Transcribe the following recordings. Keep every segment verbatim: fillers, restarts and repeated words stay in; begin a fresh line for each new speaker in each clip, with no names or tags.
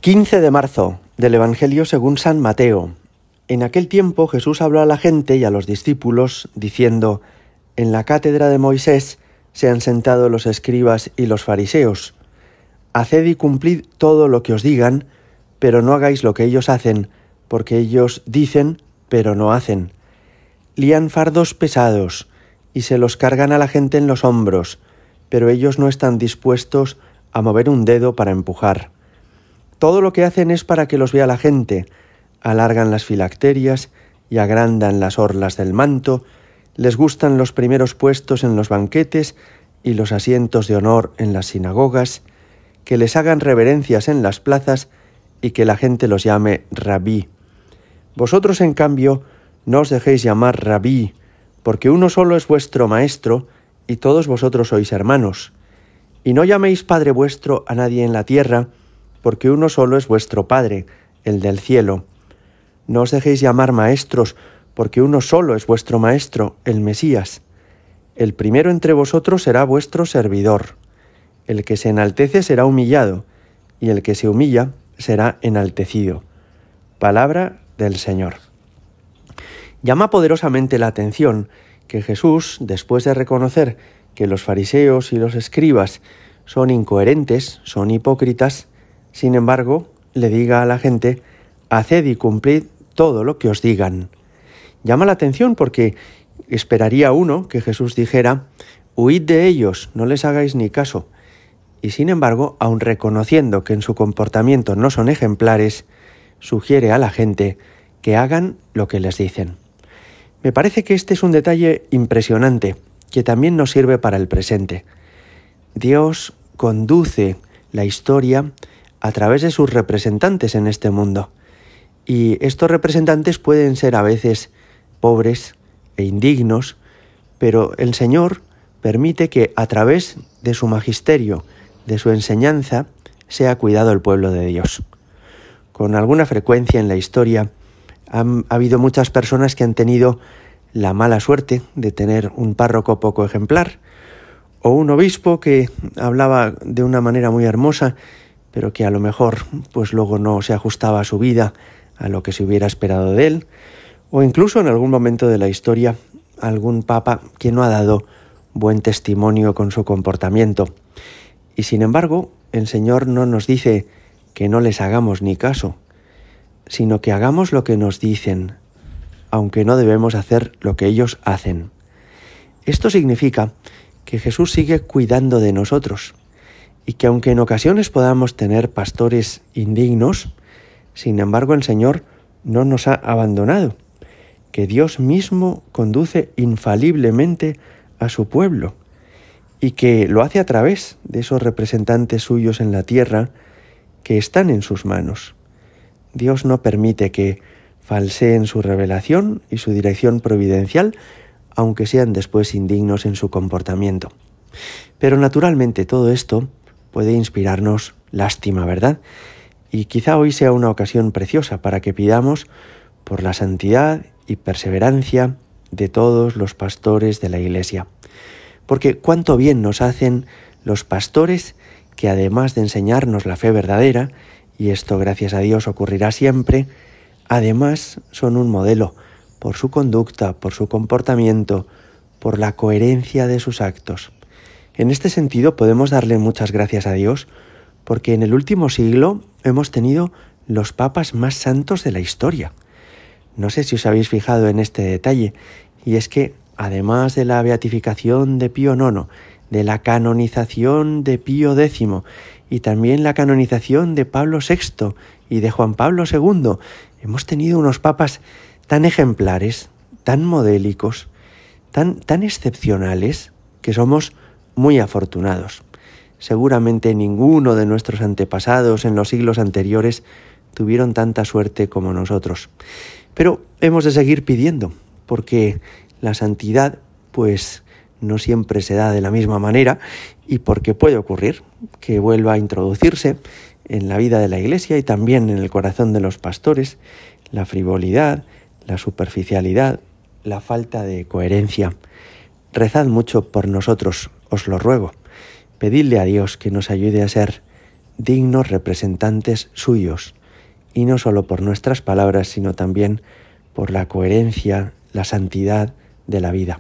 quince de marzo del Evangelio según San Mateo. En aquel tiempo Jesús habló a la gente y a los discípulos, diciendo: En la cátedra de Moisés se han sentado los escribas y los fariseos. Haced y cumplid todo lo que os digan, pero no hagáis lo que ellos hacen, porque ellos dicen, pero no hacen. Lían fardos pesados y se los cargan a la gente en los hombros, pero ellos no están dispuestos a mover un dedo para empujar. Todo lo que hacen es para que los vea la gente. Alargan las filacterias y agrandan las orlas del manto, les gustan los primeros puestos en los banquetes y los asientos de honor en las sinagogas, que les hagan reverencias en las plazas y que la gente los llame rabí. Vosotros, en cambio, no os dejéis llamar rabí, porque uno solo es vuestro maestro y todos vosotros sois hermanos. Y no llaméis Padre vuestro a nadie en la tierra, porque uno solo es vuestro Padre, el del cielo. No os dejéis llamar maestros, porque uno solo es vuestro Maestro, el Mesías. El primero entre vosotros será vuestro servidor. El que se enaltece será humillado, y el que se humilla será enaltecido. Palabra del Señor. Llama poderosamente la atención que Jesús, después de reconocer que los fariseos y los escribas son incoherentes, son hipócritas, sin embargo, le diga a la gente: haced y cumplid todo lo que os digan. Llama la atención porque esperaría uno que Jesús dijera: huid de ellos, no les hagáis ni caso. Y sin embargo, aun reconociendo que en su comportamiento no son ejemplares, sugiere a la gente que hagan lo que les dicen. Me parece que este es un detalle impresionante, que también nos sirve para el presente. Dios conduce la historia a través de sus representantes en este mundo. Y estos representantes pueden ser a veces pobres e indignos, pero el Señor permite que a través de su magisterio, de su enseñanza, sea cuidado el pueblo de Dios. Con alguna frecuencia en la historia han, ha habido muchas personas que han tenido la mala suerte de tener un párroco poco ejemplar, o un obispo que hablaba de una manera muy hermosa, pero que a lo mejor pues luego no se ajustaba a su vida, a lo que se hubiera esperado de él, o incluso en algún momento de la historia algún papa que no ha dado buen testimonio con su comportamiento. Y sin embargo, el Señor no nos dice que no les hagamos ni caso, sino que hagamos lo que nos dicen, aunque no debemos hacer lo que ellos hacen. Esto significa que Jesús sigue cuidando de nosotros, y que aunque en ocasiones podamos tener pastores indignos, sin embargo el Señor no nos ha abandonado, que Dios mismo conduce infaliblemente a su pueblo, y que lo hace a través de esos representantes suyos en la tierra que están en sus manos. Dios no permite que falseen su revelación y su dirección providencial, aunque sean después indignos en su comportamiento. Pero naturalmente todo esto puede inspirarnos lástima, ¿verdad? Y quizá hoy sea una ocasión preciosa para que pidamos por la santidad y perseverancia de todos los pastores de la Iglesia. Porque cuánto bien nos hacen los pastores que, además de enseñarnos la fe verdadera, y esto gracias a Dios ocurrirá siempre, además son un modelo por su conducta, por su comportamiento, por la coherencia de sus actos. En este sentido podemos darle muchas gracias a Dios porque en el último siglo hemos tenido los papas más santos de la historia. No sé si os habéis fijado en este detalle, y es que además de la beatificación de Pío nono, de la canonización de Pío décimo y también la canonización de Pablo sexto y de Juan Pablo segundo, hemos tenido unos papas tan ejemplares, tan modélicos, tan, tan excepcionales, que somos muy afortunados. Seguramente ninguno de nuestros antepasados en los siglos anteriores tuvieron tanta suerte como nosotros. Pero hemos de seguir pidiendo, porque la santidad, pues, no siempre se da de la misma manera, y porque puede ocurrir que vuelva a introducirse en la vida de la Iglesia y también en el corazón de los pastores la frivolidad, la superficialidad, la falta de coherencia. Rezad mucho por nosotros, os lo ruego. Pedidle a Dios que nos ayude a ser dignos representantes suyos, y no solo por nuestras palabras, sino también por la coherencia, la santidad de la vida.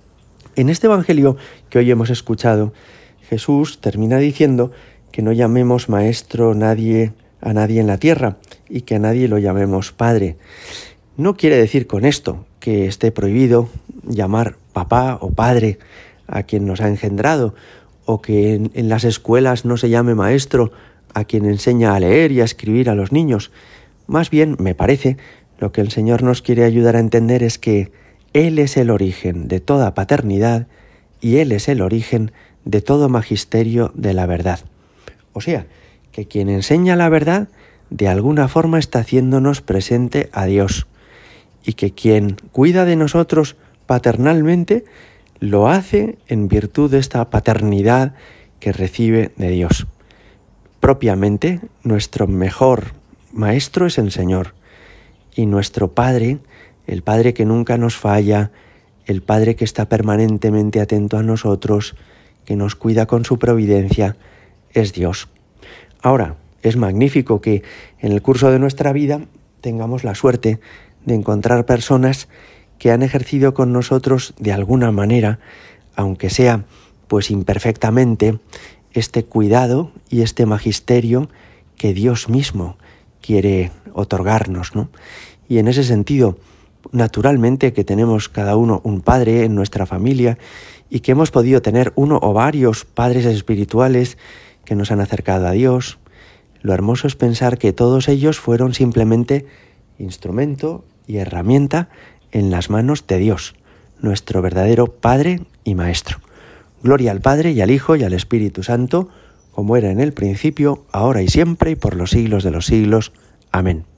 En este Evangelio que hoy hemos escuchado, Jesús termina diciendo que no llamemos maestro nadie, a nadie en la tierra y que a nadie lo llamemos padre. No quiere decir con esto que esté prohibido llamar papá o padre a quien nos ha engendrado, o que en, en las escuelas no se llame maestro a quien enseña a leer y a escribir a los niños. Más bien, me parece, lo que el Señor nos quiere ayudar a entender es que Él es el origen de toda paternidad y Él es el origen de todo magisterio de la verdad. O sea, que quien enseña la verdad de alguna forma está haciéndonos presente a Dios, y que quien cuida de nosotros paternalmente lo hace en virtud de esta paternidad que recibe de Dios. Propiamente, nuestro mejor maestro es el Señor, y nuestro Padre, el Padre que nunca nos falla, el Padre que está permanentemente atento a nosotros, que nos cuida con su providencia, es Dios. Ahora, es magnífico que en el curso de nuestra vida tengamos la suerte de encontrar personas que han ejercido con nosotros de alguna manera, aunque sea pues imperfectamente, este cuidado y este magisterio que Dios mismo quiere otorgarnos, ¿no? Y en ese sentido, naturalmente que tenemos cada uno un padre en nuestra familia y que hemos podido tener uno o varios padres espirituales que nos han acercado a Dios. Lo hermoso es pensar que todos ellos fueron simplemente instrumento y herramienta en las manos de Dios, nuestro verdadero Padre y Maestro. Gloria al Padre y al Hijo y al Espíritu Santo, como era en el principio, ahora y siempre y por los siglos de los siglos. Amén.